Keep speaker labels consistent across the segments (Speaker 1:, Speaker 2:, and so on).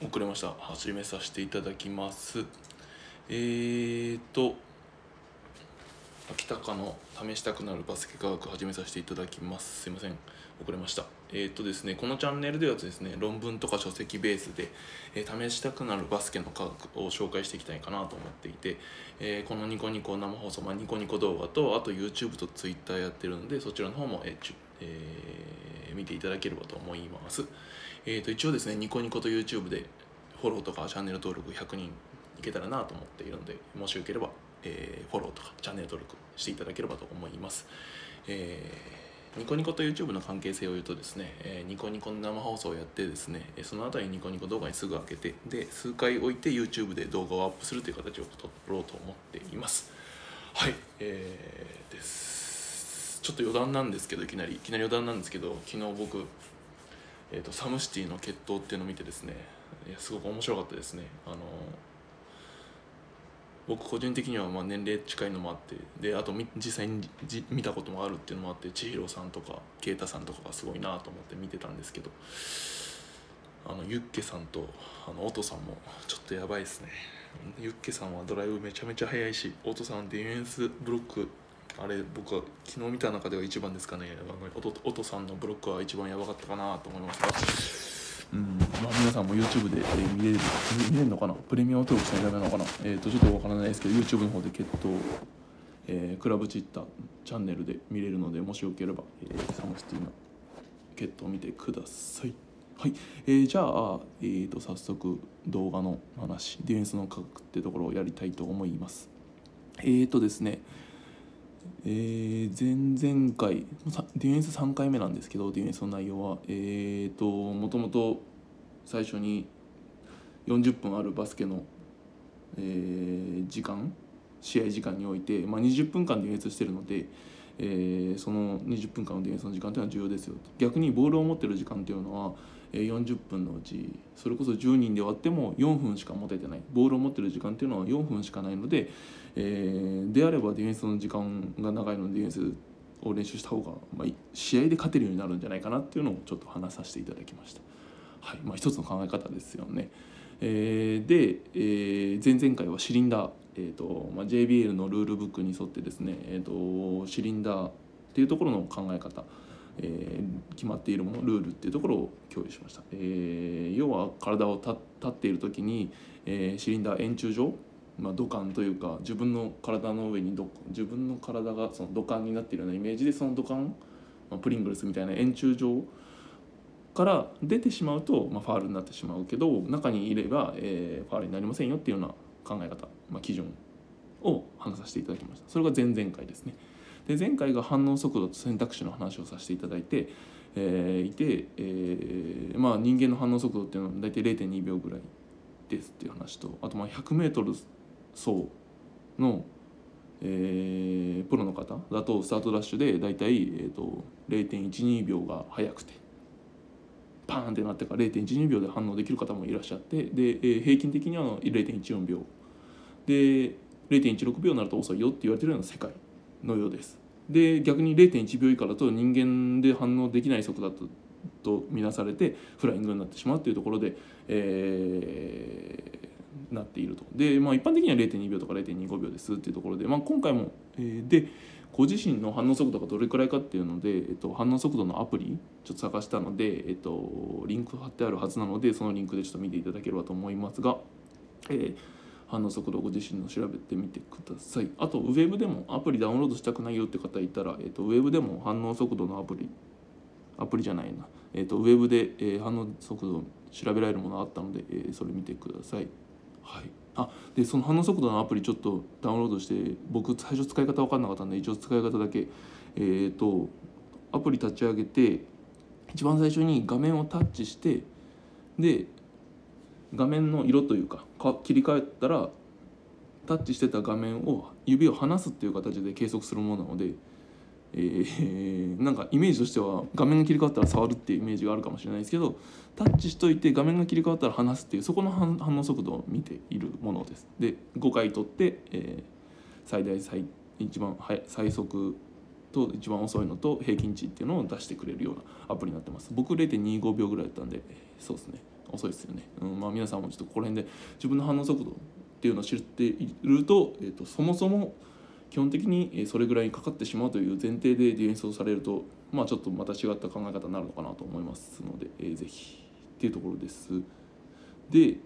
Speaker 1: 遅れました。始めさせていただきます。秋高の試したくなるバスケ科学始めさせていただきます。すいません。遅れました。ですね、このチャンネルではですね、論文とか書籍ベースで、試したくなるバスケの科学を紹介していきたいかなと思っていて、このニコニコ生放送、ニコニコ動画と、あと YouTube と Twitter やってるので、そちらの方も、見ていただければと思います。一応ですね、ニコニコと YouTube でフォローとかチャンネル登録100人いけたらなと思っているので、もしよければ、フォローとかチャンネル登録していただければと思います。ニコニコと YouTube の関係性を言うとですね、ニコニコの生放送をやってですね、その後にニコニコ動画にすぐ開けて、で数回置いて YouTube で動画をアップするという形を取ろうと思っています。はい、です。ちょっと余談なんですけど、いきなり余談なんですけど、昨日僕、サムシティの決闘っていうのを見てですね、すごく面白かったですね。僕個人的には年齢近いのもあって、であと実際に見たこともあるっていうのもあって、千尋さんとか啓太さんとかがすごいなと思って見てたんですけど、ユッケさんとオトさんもちょっとやばいですね。ユッケさんはドライブめちゃめちゃ速いし、オトさんディフェンスブロック、あれ僕は昨日見た中では一番ですかね。オトさんのブロックは一番やばかったかなと思います。皆さんも YouTube で見れるのかな、プレミアム登録しないとダメなのかな、ちょっとわからないですけど YouTube の方で決闘、クラブチッタチャンネルで見れるので、もしよければ、サムシティの決闘を見てください。はい、じゃあ、早速動画の話、ディフェンスの科学ってところをやりたいと思います。ですね、前々回ディフェンス3回目なんですけど、ディフェンスの内容はもともと最初に40分あるバスケの、試合時間において、20分間ディフェンスしてるので、その20分間のディフェンスの時間というのは重要ですよと。逆にボールを持ってる時間というのは40分のうちそれこそ10人で割っても4分しか持ててない、ボールを持ってる時間というのは4分しかないので、であればディフェンスの時間が長いのでディフェンスを練習した方が、試合で勝てるようになるんじゃないかなっていうのをちょっと話させていただきました。はい、一つの考え方ですよね。で、前々回はシリンダー、JBL のルールブックに沿ってですね、シリンダーっていうところの考え方、決まっているもの、ルールっていうところを共有しました。要は体を立っている時に、シリンダー円柱状、土管というか自分の体の上に自分の体がその土管になっているようなイメージで、その土管、プリングルスみたいな円柱状から出てしまうと、ファールになってしまうけど、中にいれば、ファールになりませんよっていうような考え方、基準を話させていただきました。それが前々回ですね。で前回が反応速度と選択肢の話をさせていただいて、人間の反応速度っていうのは大体 0.2 秒ぐらいですっていう話と、あと100m 走の、プロの方だとスタートダッシュで大体、0.12 秒が速くて、パーンってなってから 0.12 秒で反応できる方もいらっしゃって、で、平均的には 0.14 秒で 0.16 秒になると遅いよって言われてるような世界のようです。で逆に 0.1 秒以下だと人間で反応できない速度だと見なされてフライングになってしまうというところで、なっていると。で、一般的には 0.2 秒とか 0.25 秒ですっていうところで、今回も、でご自身の反応速度がどれくらいかっていうので、反応速度のアプリちょっと探したので、リンク貼ってあるはずなので、そのリンクでちょっと見ていただければと思いますが、反応速度をご自身の調べてみてください。あとウェブでもアプリダウンロードしたくないよって方いたら、ウェブでも反応速度のアプリじゃないな、ウェブで、反応速度を調べられるものがあったので、それ見てください。はい、でその反応速度のアプリちょっとダウンロードして、僕最初使い方分かんなかったんで一応使い方だけ、アプリ立ち上げて一番最初に画面をタッチして、で画面の色というか切り替えたらタッチしてた画面を指を離すっていう形で計測するものなので、なんかイメージとしては画面が切り替わったら触るっていうイメージがあるかもしれないですけど、タッチしといて画面が切り替わったら離すっていう、そこの反応速度を見ているものです。で5回取って、一番最速と一番遅いのと平均値っていうのを出してくれるようなアプリになってます。僕 0.25 秒ぐらいだったんで、そうですね、 遅いですよね。皆さんもちょっとここら辺で自分の反応速度っていうのを知っていると、そもそも基本的にそれぐらいにかかってしまうという前提でディフェンスをされると、ちょっとまた違った考え方になるのかなと思いますので、ぜひっていうところです。で、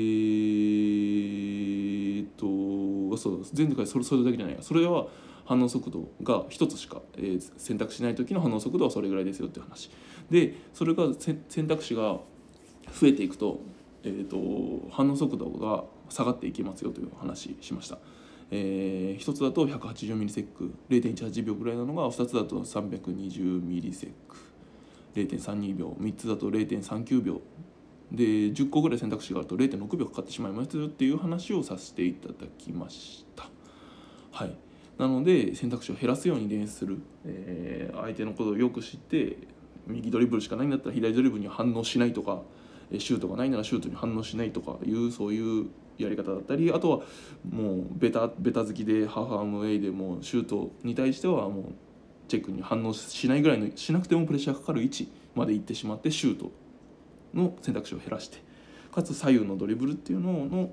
Speaker 1: そうです。前回それだけじゃない。それは反応速度が一つしか、選択しない時の反応速度はそれぐらいですよっていう話で、それが選択肢が増えていくと、反応速度が下がっていきますよという話しました。1つだと180ミリセック 0.18 秒ぐらいなのが、2つだと320ミリセック 0.32 秒、3つだと 0.39 秒で、10個ぐらい選択肢があると 0.6 秒かかってしまいますよっていう話をさせていただきました。はい、なので選択肢を減らすように練習する、相手のことをよく知って、右ドリブルしかないんだったら左ドリブルに反応しないとか、シュートがないならシュートに反応しないとかいう、そういうやり方だったり、あとはもうベタ好きでハーフアームウェイでもシュートに対してはもうチェックに反応しないぐらいの、しなくてもプレッシャーかかる位置まで行ってしまってシュートの選択肢を減らして、かつ左右のドリブルっていうのの、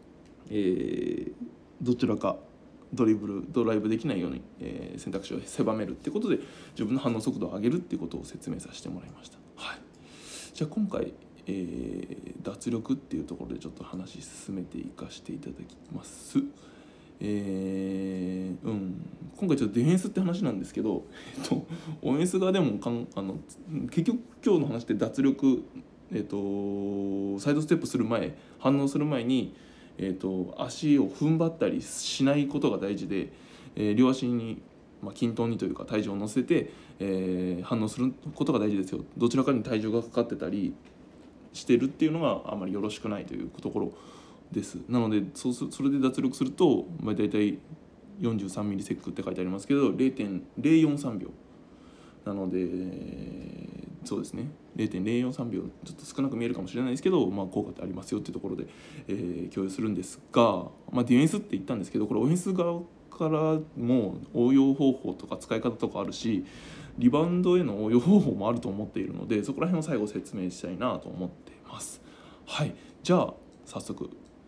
Speaker 1: どちらかドライブできないように、選択肢を狭めるっていうことで自分の反応速度を上げるっていうことを説明させてもらいました。はい、じゃあ今回、脱力っていうところでちょっと話進めていかしていただきます。今回ちょっとディフェンスって話なんですけど、オフェンス側でも結局今日の話って脱力、サイドステップする前、反応する前に、足を踏ん張ったりしないことが大事で、両足に、均等にというか体重を乗せて、反応することが大事ですよ。どちらかに体重がかかってたりしてるっていうのがあまりよろしくないというところです。なのでそれで脱力すると、大体43ミリセックって書いてありますけど 0.043 秒なので、そうですね 0.043 秒ちょっと少なく見えるかもしれないですけど、効果ってありますよっていうところで、共有するんですが、ディフェンスって言ったんですけど、これオフェンス側からも応用方法とか使い方とかあるし、リバウンドへの応用方法もあると思っているので、そこら辺を最後説明したいなと思っています。はい、じゃあ早速、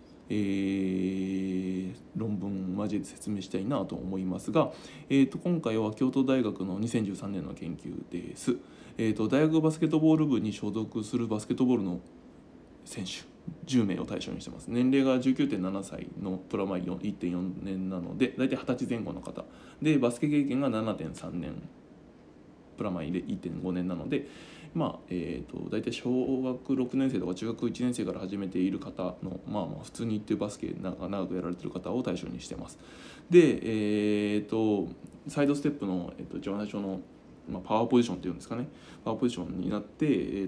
Speaker 1: 論文交えて説明したいなと思いますが、今回は京都大学の2013年の研究です。大学バスケットボール部に所属するバスケットボールの選手10名を対象にしてます。年齢が 19.7 歳のプラマイ 1.4 年なので、大体20歳前後の方で、バスケ経験が 7.3 年プラマイで 1.5 年なので、大体小学6年生とか中学1年生から始めている方の、普通に言ってバスケ長くやられている方を対象にしてます。で、サイドステップの、一番最初のパワーポジションっていうんですかね、パワーポジションになって、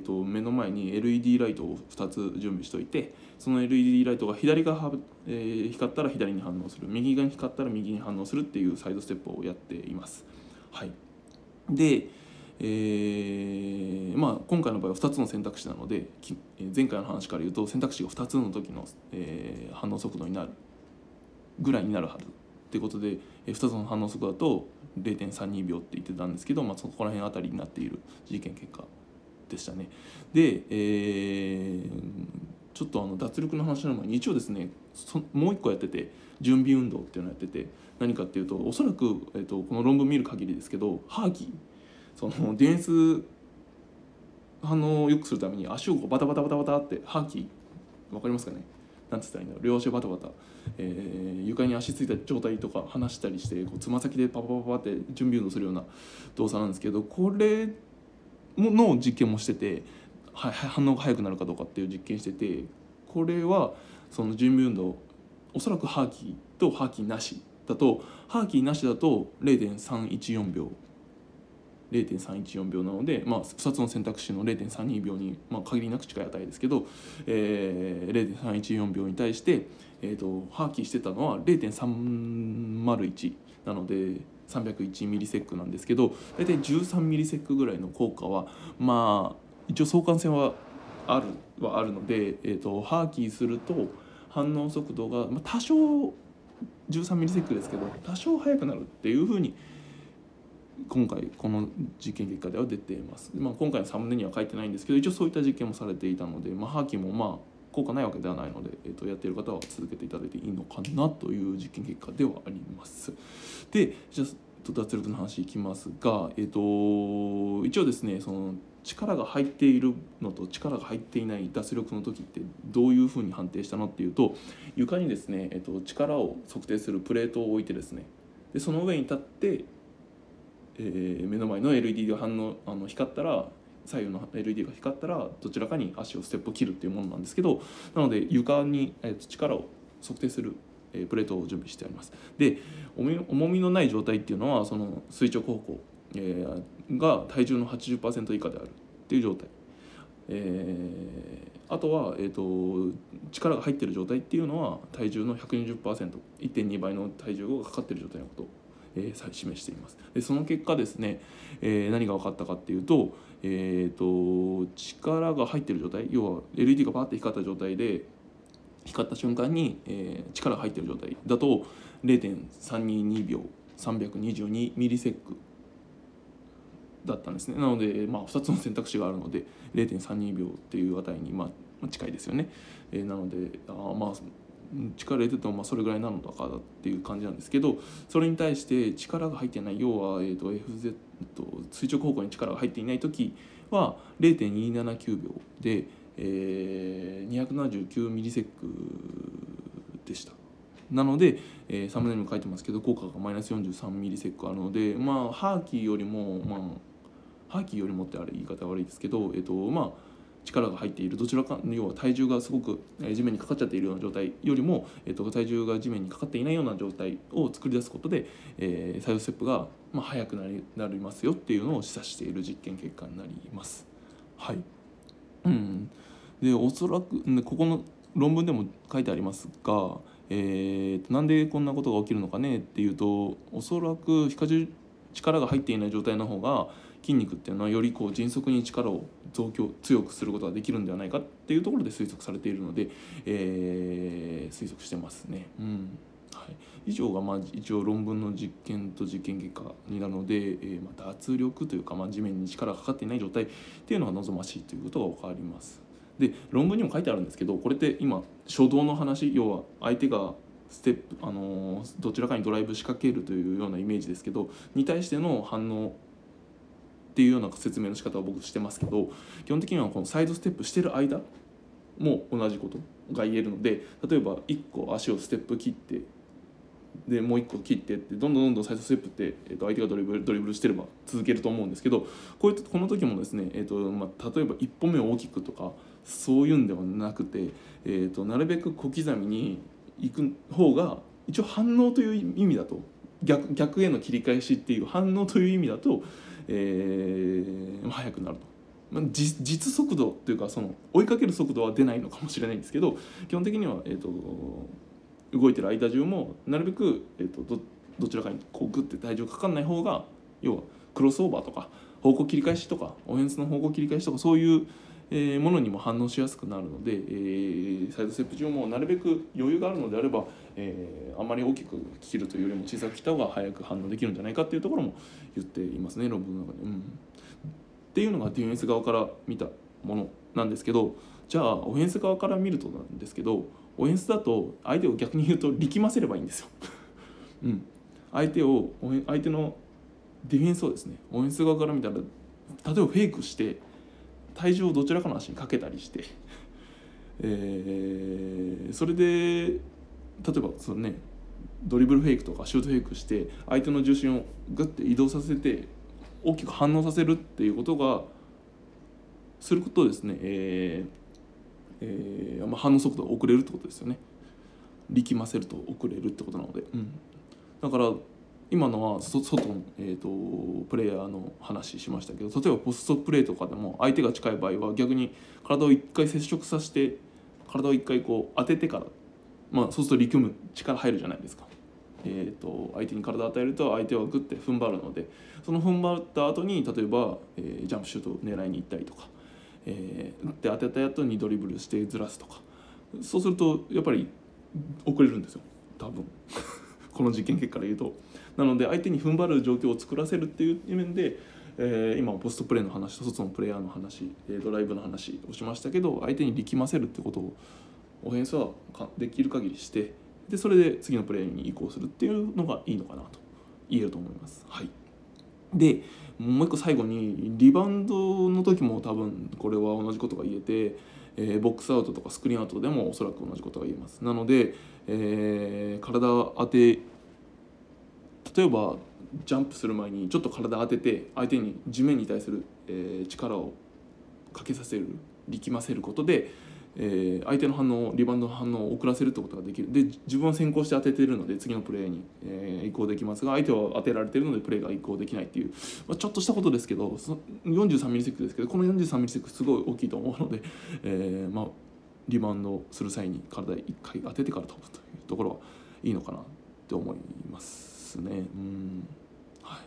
Speaker 1: 目の前に LED ライトを2つ準備しておいて、その LED ライトが左が、光ったら左に反応する、右が光ったら右に反応するっていうサイドステップをやっています。はい、で、今回の場合は2つの選択肢なので、前回の話から言うと選択肢が2つの時の、反応速度になるぐらいになるはずっていうことで、2つの反応速度だと 0.32 秒って言ってたんですけど、そこら辺あたりになっている実験結果でしたね。で、ちょっと脱力の話の前に一応ですね、もう一個やってて、準備運動っていうのをやってて、何かっていうと、おそらく、この論文見る限りですけど、ハーキー、そのディフェンス反応を良くするために足をバタバタバタバタってハーキー、分かりますかね、なんつったらいいんだろう、両足バタバタ、床に足ついた状態とか離したりして、つま先でパパパパって準備運動するような動作なんですけど、これの実験もしてて、反応が速くなるかどうかっていう実験してて、これはその準備運動、おそらくハーキーとハーキーなしだと、ハーキーなしだと 0.314 秒0.314 秒なので、2つの選択肢の 0.32 秒に、限りなく近い値ですけど、0.314 秒に対して、ハーキーしてたのは 0.301 なので301ミリセックなんですけど、大体13ミリセックぐらいの効果は一応相関性はあるので、ハーキーすると反応速度が、多少13ミリセックですけど多少速くなるっていうふうに今回この実験結果では出ています。今回のサムネには書いてないんですけど、一応そういった実験もされていたので、ハーキも効果ないわけではないので、やっている方は続けていただいていいのかなという実験結果ではあります。で、じゃあ脱力の話いきますが、一応ですね、その力が入っているのと力が入っていない脱力の時ってどういうふうに判定したのっていうと、床にですね、力を測定するプレートを置いてですね、でその上に立って、目の前の LED が光ったら、左右の LED が光ったらどちらかに足をステップを切るっていうものなんですけど、なので床に、力を測定するプレートを準備してあります。で、重みのない状態っていうのはその垂直方向、が体重の 80% 以下であるっていう状態、あとは、力が入っている状態っていうのは体重の 120%、1.2 倍の体重がかかっている状態のことを示しています。でその結果ですね、何が分かったかっていうと、力が入っている状態、要は LED がバーって光った状態で光った瞬間に、力が入っている状態だと 0.322 秒322ミリセックだったんですね。なので、2つの選択肢があるので 0.32 秒っていう値に近いですよね。なので力入れててもそれぐらいなのかっていう感じなんですけど、それに対して力が入っていない、要は、FZ 垂直方向に力が入っていない時は 0.279 秒で、279ミリセックでした。なので、サムネにも書いてますけど効果がマイナス43ミリセックあるので、ハーキーよりもってあれ言い方悪いですけど、力が入っているどちらか、要は体重がすごく地面にかかっちゃっているような状態よりも、体重が地面にかかっていないような状態を作り出すことで、サイドステップが速くなりますよっていうのを示唆している実験結果になります。はい。でおそらくここの論文でも書いてありますが、なんでこんなことが起きるのかねっていうと、おそらく力が入っていない状態の方が筋肉っていうのはより迅速に力を強くすることができるんではないかっていうところで推測されているので、推測してますね。はい、以上が一応論文の実験と実験結果になるので、脱力というか、地面に力がかかっていない状態っていうのが望ましいということが分かります。で論文にも書いてあるんですけど、これって今初動の話、要は相手がステップ、どちらかにドライブ仕掛けるというようなイメージですけど、に対しての反応っていうような説明の仕方を僕してますけど、基本的にはこのサイドステップしてる間も同じことが言えるので、例えば1個足をステップ切ってでもう1個切ってってどんどんサイドステップって、相手がドリブルしてれば続けると思うんですけど、この時もですね、例えば1歩目を大きくとかそういうんではなくて、なるべく小刻みに行く方が一応反応という意味だと、逆への切り返しっていう反応という意味だと、速くなると。実速度というかその追いかける速度は出ないのかもしれないんですけど、基本的には、動いてる間中もなるべく、どちらかにグッて体重かかんない方が、要はクロスオーバーとか方向切り返しとかオフェンスの方向切り返しとかそういうものにも反応しやすくなるので、サイドステップ上もなるべく余裕があるのであれば、あんまり大きく切るというよりも小さく切った方が早く反応できるんじゃないかっていうところも言っていますね、論文の中で。っていうのがディフェンス側から見たものなんですけど、じゃあオフェンス側から見るとなんですけど、オフェンスだと相手を逆に言うと力ませればいいんですよ。相手のディフェンスをですね、オフェンス側から見たら例えばフェイクして体重をどちらかの足にかけたりして、それで例えばそのねドリブルフェイクとかシュートフェイクして相手の重心をグッて移動させて大きく反応させるっていうことがするとですね、反応速度が遅れるってことですよね。力ませると遅れるってことなので、だから今のは外の、プレイヤーの話しましたけど、例えばポストプレーとかでも相手が近い場合は逆に体を一回接触させて体を一回当ててから、そうすると力む力入るじゃないですか。相手に体を与えると相手はグッて踏ん張るので、その踏ん張った後に例えば、ジャンプシュートを狙いに行ったりとか、で当てた後にドリブルしてずらすとか、そうするとやっぱり遅れるんですよ多分この実験結果で言うと。なので相手に踏ん張る状況を作らせるっていう面で、今ポストプレーの話と外のプレイヤーの話、ドライブの話をしましたけど、相手に力ませるってことをオフェンスはできる限りして、でそれで次のプレーに移行するっていうのがいいのかなと言えると思います。はい。でもう一個最後にリバウンドの時も多分これは同じことが言えて、ボックスアウトとかスクリーンアウトでもおそらく同じことが言えます。なので、体当て、例えばジャンプする前にちょっと体当てて相手に地面に対する、力をかけさせる、力ませることで、相手の反応、リバウンドの反応を遅らせるってことができる。で自分は先行して当ててるので次のプレーに、移行できますが、相手は当てられてるのでプレーが移行できないっていう、ちょっとしたことですけど、43ミリセックですけど、この43ミリセックすごい大きいと思うので、リバウンドする際に体1回当ててから飛ぶというところはいいのかなって思いますね。はい。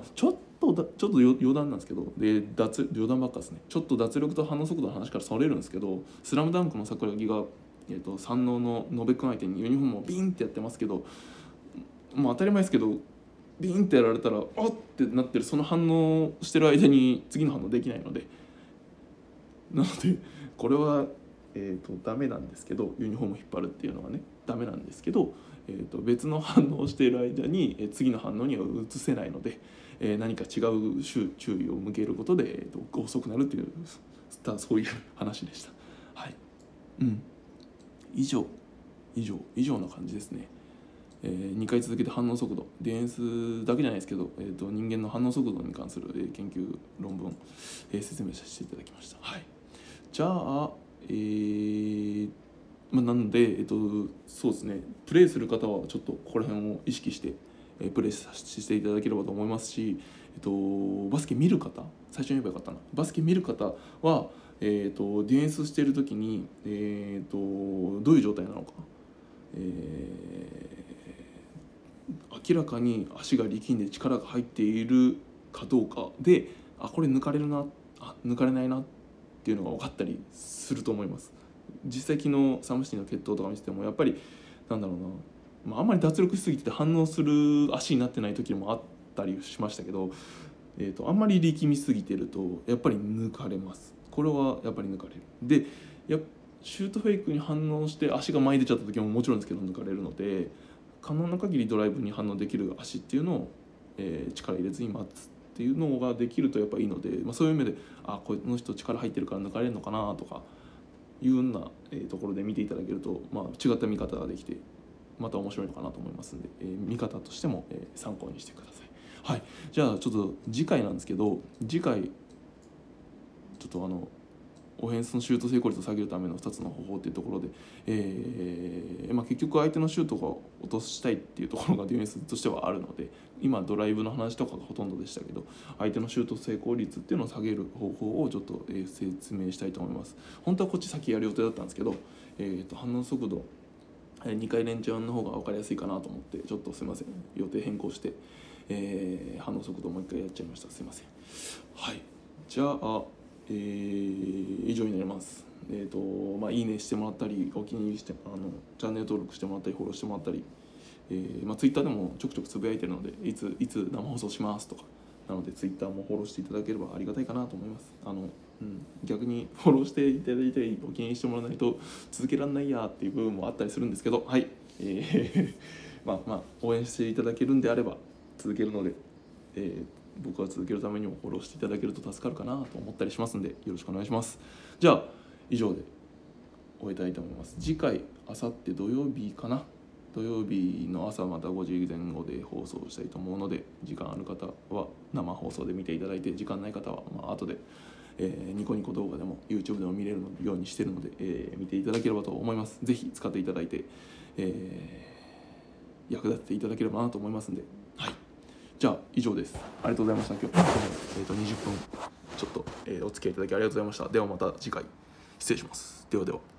Speaker 1: ちょっと余談なんですけど、で余談ばっかですね。ちょっと脱力と反応速度の話からそれるんですけど、スラムダンクの桜木が、山王の野部君相手にユニフォームをビンってやってますけど、当たり前ですけどビンってやられたらあってなってる、その反応してる間に次の反応できないので、なのでこれは、ダメなんですけど、ユニフォームを引っ張るっていうのはねダメなんですけど、別の反応をしている間に、次の反応には移せないので、何か違う注意を向けることで、遅くなるっていうそういう話でした。はい。以上な感じですね。2回続けて反応速度、ディフェンスだけじゃないですけど、人間の反応速度に関する、研究論文、説明させていただきました。はい。じゃあ、なので、そうですね、プレイする方はちょっとここら辺を意識して、プレイしていただければと思いますし、バスケ見る方、最初に言えばよかったな、バスケ見る方は、ディフェンスしている時に、どういう状態なのか、明らかに足が力んで力が入っているかどうかで、これ抜かれるな、抜かれないなっていうのが分かったりすると思います。実際昨日サムシティの決闘とか見ててもやっぱりなんだろうな、あんまり脱力しすぎて反応する足になってない時もあったりしましたけど、あんまり力みすぎてるとやっぱり抜かれます。これはやっぱり抜かれる。でシュートフェイクに反応して足が前に出ちゃった時ももちろんですけど抜かれるので、可能な限りドライブに反応できる足っていうのを、力入れずに待つっていうのができるとやっぱいいので、そういう目でこの人力入ってるから抜かれるのかなとかいうような、ところで見ていただけると、違った見方ができてまた面白いのかなと思いますので、見方としても、参考にしてください。はい。じゃあちょっと次回なんですけど、次回ちょっとオフェンスのシュート成功率を下げるための2つの方法っていうところで、結局相手のシュートが落としたいっていうところがディフェンスとしてはあるので、今ドライブの話とかがほとんどでしたけど、相手のシュート成功率っていうのを下げる方法をちょっと、説明したいと思います。本当はこっち先やる予定だったんですけど、反応速度2回連チャンの方が分かりやすいかなと思ってちょっとすいません、予定変更して、反応速度もう一回やっちゃいました。すいません。はい。じゃあ以上になります。いいねしてもらったり、お気に入りしてチャンネル登録してもらったり、フォローしてもらったり、ツイッターでもちょくちょくつぶやいてるので、いつ生放送しますとかなので、ツイッターもフォローしていただければありがたいかなと思います。逆にフォローしていただいたりお気に入りしてもらわないと続けられないやっていう部分もあったりするんですけど、はい、応援していただけるんであれば続けるので、僕は続けるためにもフォローしていただけると助かるかなと思ったりしますんで、よろしくお願いします。じゃあ以上で終えたいと思います。次回あさって土曜日かな、土曜日の朝また5時前後で放送したいと思うので、時間ある方は生放送で見ていただいて、時間ない方は後で、ニコニコ動画でも YouTube でも見れるようにしてるので、見ていただければと思います。ぜひ使っていただいて、役立てていただければなと思いますんで、はい。じゃあ以上です。ありがとうございました。今日、20分ちょっと、お付き合いいただきありがとうございました。ではまた次回失礼します。ではでは。